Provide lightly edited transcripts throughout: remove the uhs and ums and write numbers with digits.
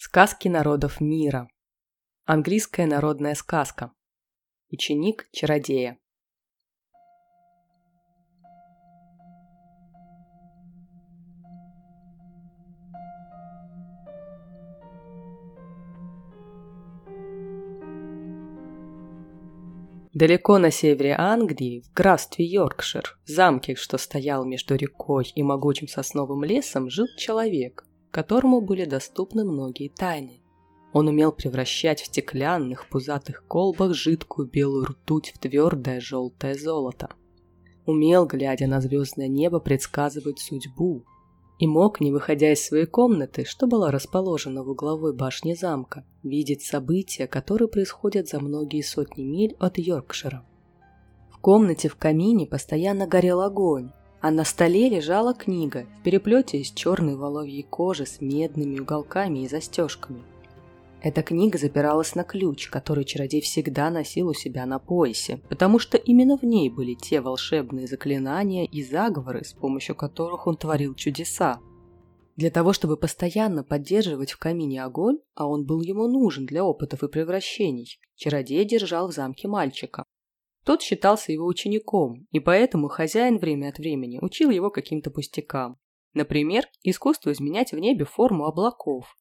Сказки народов мира. Английская народная сказка. Ученик чародея. Далеко на севере Англии, в графстве Йоркшир, в замке, что стоял между рекой и могучим сосновым лесом, жил человек, которому были доступны многие тайны. Он умел превращать в стеклянных пузатых колбах жидкую белую ртуть в твердое желтое золото. Умел, глядя на звездное небо, предсказывать судьбу. И мог, не выходя из своей комнаты, что была расположена в угловой башне замка, видеть события, которые происходят за многие сотни миль от Йоркшира. В комнате в камине постоянно горел огонь, а на столе лежала книга в переплете из черной воловьей кожи с медными уголками и застежками. Эта книга запиралась на ключ, который чародей всегда носил у себя на поясе, потому что именно в ней были те волшебные заклинания и заговоры, с помощью которых он творил чудеса. Для того, чтобы постоянно поддерживать в камине огонь, а он был ему нужен для опытов и превращений, чародей держал в замке мальчика. Тот считался его учеником, и поэтому хозяин время от времени учил его каким-то пустякам. Например, искусству изменять в небе форму облаков.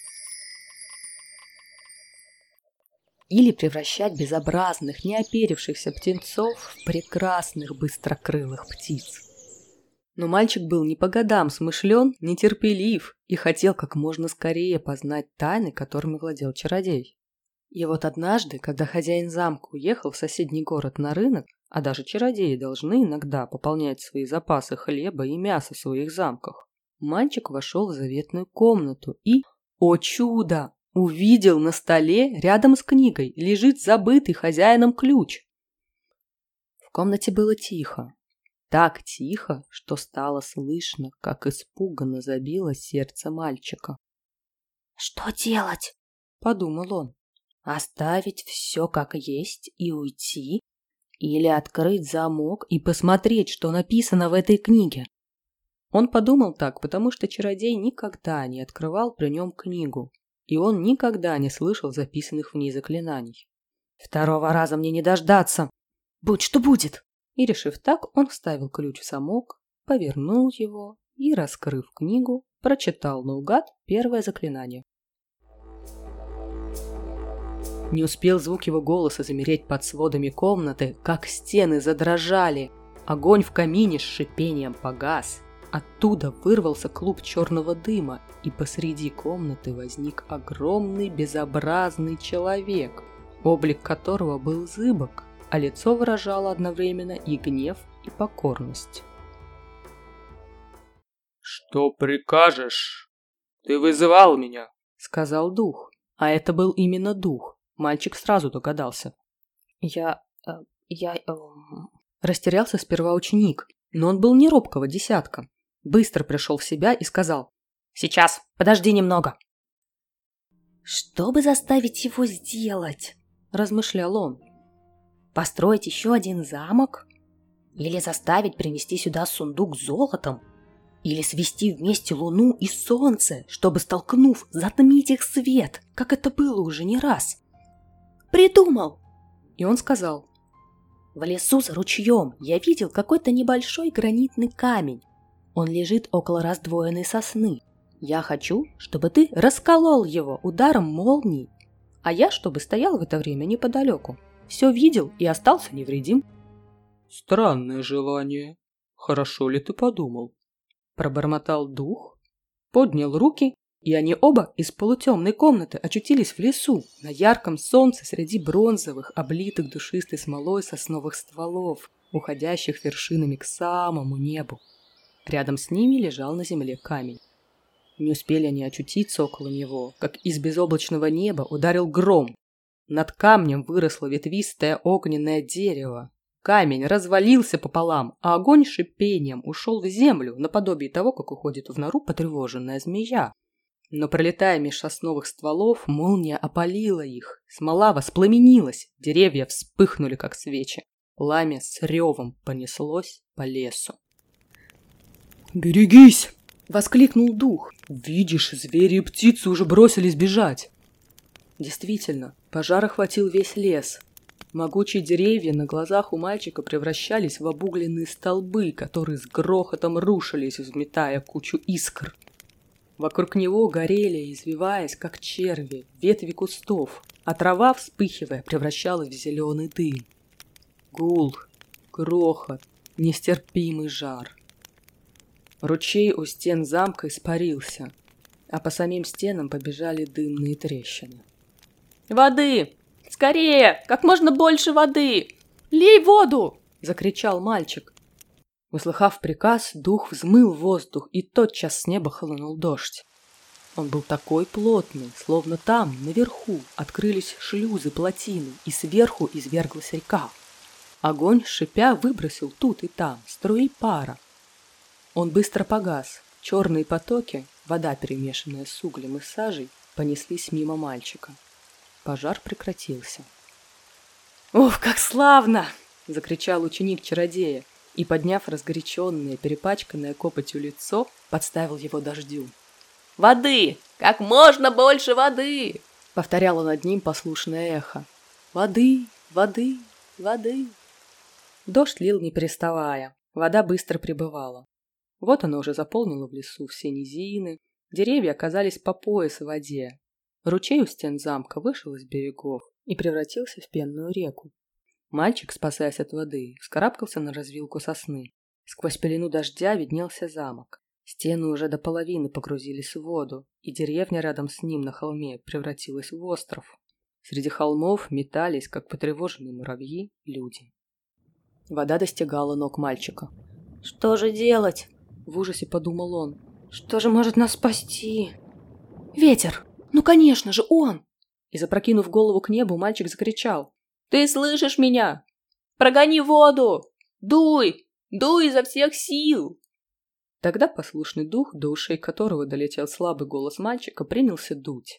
Или превращать безобразных, неоперившихся птенцов в прекрасных быстрокрылых птиц. Но мальчик был не по годам смышлен, нетерпелив и хотел как можно скорее познать тайны, которыми владел чародей. И вот однажды, когда хозяин замка уехал в соседний город на рынок, а даже чародеи должны иногда пополнять свои запасы хлеба и мяса в своих замках, мальчик вошел в заветную комнату и, о чудо, увидел на столе рядом с книгой лежит забытый хозяином ключ. В комнате было тихо. Так тихо, что стало слышно, как испуганно забилось сердце мальчика. «Что делать?» – подумал он. «Оставить все как есть и уйти? Или открыть замок и посмотреть, что написано в этой книге?» Он подумал так, потому что чародей никогда не открывал при нем книгу, и он никогда не слышал записанных в ней заклинаний. «Второго раза мне не дождаться! Будь что будет!» И, решив так, он вставил ключ в замок, повернул его и, раскрыв книгу, прочитал наугад первое заклинание. Не успел звук его голоса замереть под сводами комнаты, как стены задрожали, огонь в камине с шипением погас, оттуда вырвался клуб черного дыма, и посреди комнаты возник огромный безобразный человек, облик которого был зыбок, а лицо выражало одновременно и гнев, и покорность. «Что прикажешь? Ты вызывал меня?» — сказал дух. А это был именно дух. Мальчик сразу догадался. Растерялся сперва ученик, но он был не робкого десятка. Быстро пришел в себя и сказал: «Сейчас, подожди немного». «Что бы заставить его сделать?» – размышлял он. «Построить еще один замок? Или заставить принести сюда сундук с золотом? Или свести вместе луну и солнце, чтобы, столкнув, затмить их свет, как это было уже не раз?» «Придумал!» И он сказал: «В лесу за ручьем я видел какой-то небольшой гранитный камень. Он лежит около раздвоенной сосны. Я хочу, чтобы ты расколол его ударом молнии, а я, чтобы стоял в это время неподалеку, все видел и остался невредим». «Странное желание. Хорошо ли ты подумал?» Пробормотал дух, поднял руки, и они оба из полутемной комнаты очутились в лесу, на ярком солнце среди бронзовых, облитых душистой смолой сосновых стволов, уходящих вершинами к самому небу. Рядом с ними лежал на земле камень. Не успели они очутиться около него, как из безоблачного неба ударил гром. Над камнем выросло ветвистое огненное дерево. Камень развалился пополам, а огонь шипением ушел в землю, наподобие того, как уходит в нору потревоженная змея. Но, пролетая меж сосновых стволов, молния опалила их, смола воспламенилась, деревья вспыхнули, как свечи. Пламя с ревом понеслось по лесу. «Берегись!» Воскликнул дух. «Видишь, звери и птицы уже бросились бежать!» Действительно, пожар охватил весь лес. Могучие деревья на глазах у мальчика превращались в обугленные столбы, которые с грохотом рушились, взметая кучу искр. Вокруг него горели, извиваясь, как черви, ветви кустов, а трава, вспыхивая, превращалась в зеленый дым. Гул, грохот, нестерпимый жар. Ручей у стен замка испарился, а по самим стенам побежали дымные трещины. «Воды! Скорее! Как можно больше воды! Лей воду!» — закричал мальчик. Услыхав приказ, дух взмыл воздух, и тотчас с неба хлынул дождь. Он был такой плотный, словно там, наверху, открылись шлюзы плотины, и сверху изверглась река. Огонь, шипя, выбросил тут и там струи пара. Он быстро погас. Черные потоки, вода, перемешанная с углем и сажей, понеслись мимо мальчика. Пожар прекратился. «Ух, как славно!» — закричал ученик чародея и, подняв разгоряченное, перепачканное копотью лицо, подставил его дождю. «Воды! Как можно больше воды!» — повторяло над ним послушное эхо. «Воды! Воды! Воды!» Дождь лил не переставая, вода быстро прибывала. Вот она уже заполнила в лесу все низины, деревья оказались по пояс в воде. Ручей у стен замка вышел из берегов и превратился в пенную реку. Мальчик, спасаясь от воды, вскарабкался на развилку сосны. Сквозь пелену дождя виднелся замок. Стены уже до половины погрузились в воду, и деревня рядом с ним на холме превратилась в остров. Среди холмов метались, как потревоженные муравьи, люди. Вода достигала ног мальчика. «Что же делать?» — в ужасе подумал он. «Что же может нас спасти?» «Ветер! Ну, конечно же, он!» И, запрокинув голову к небу, мальчик закричал. «Ты слышишь меня? Прогони воду! Дуй! Дуй изо всех сил!» Тогда послушный дух, до ушей которого долетел слабый голос мальчика, принялся дуть.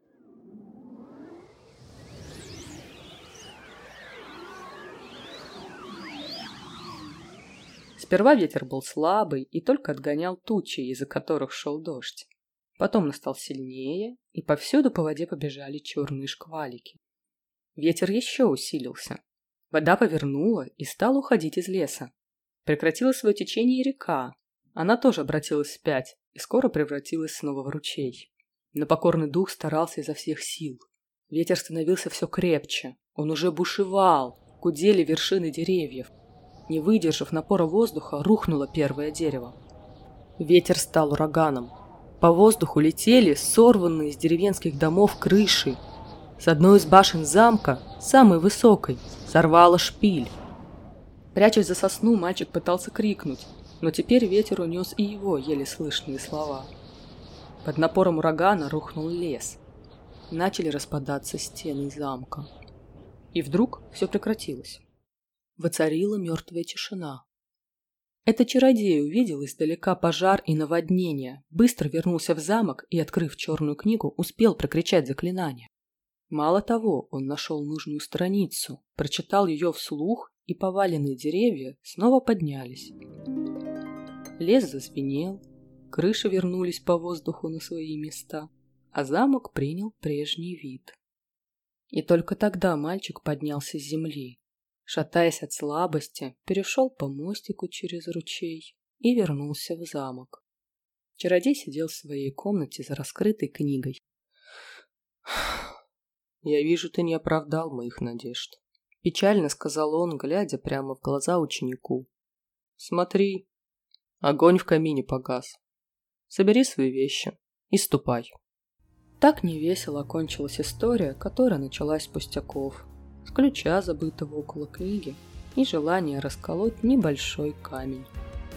Сперва ветер был слабый и только отгонял тучи, из-за которых шел дождь. Потом он стал сильнее, и повсюду по воде побежали черные шквалики. Ветер еще усилился. Вода повернула и стала уходить из леса. Прекратила свое течение и река. Она тоже обратилась вспять и скоро превратилась снова в ручей. Но покорный дух старался изо всех сил. Ветер становился все крепче. Он уже бушевал, гудели вершины деревьев. Не выдержав напора воздуха, рухнуло первое дерево. Ветер стал ураганом. По воздуху летели сорванные из деревенских домов крыши. С одной из башен замка, самой высокой, сорвало шпиль. Прячась за сосну, мальчик пытался крикнуть, но теперь ветер унес и его еле слышные слова. Под напором урагана рухнул лес. Начали распадаться стены замка. И вдруг все прекратилось. Воцарила мертвая тишина. Это чародей увидел издалека пожар и наводнение, быстро вернулся в замок и, открыв черную книгу, успел прокричать заклинание. Мало того, он нашел нужную страницу, прочитал ее вслух, и поваленные деревья снова поднялись. Лес зазвенел, крыши вернулись по воздуху на свои места, а замок принял прежний вид. И только тогда мальчик поднялся с земли. Шатаясь от слабости, перешел по мостику через ручей и вернулся в замок. Чародей сидел в своей комнате за раскрытой книгой. «Я вижу, ты не оправдал моих надежд», — печально сказал он, глядя прямо в глаза ученику. «Смотри, огонь в камине погас. Собери свои вещи и ступай». Так невесело кончилась история, которая началась с пустяков. С ключа, забытого около книги, и желание расколоть небольшой камень.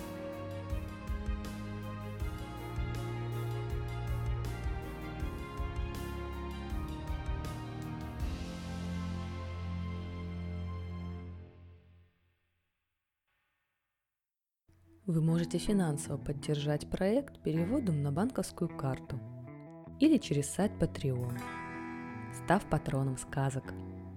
Вы можете финансово поддержать проект переводом на банковскую карту или через сайт Patreon, став патроном сказок.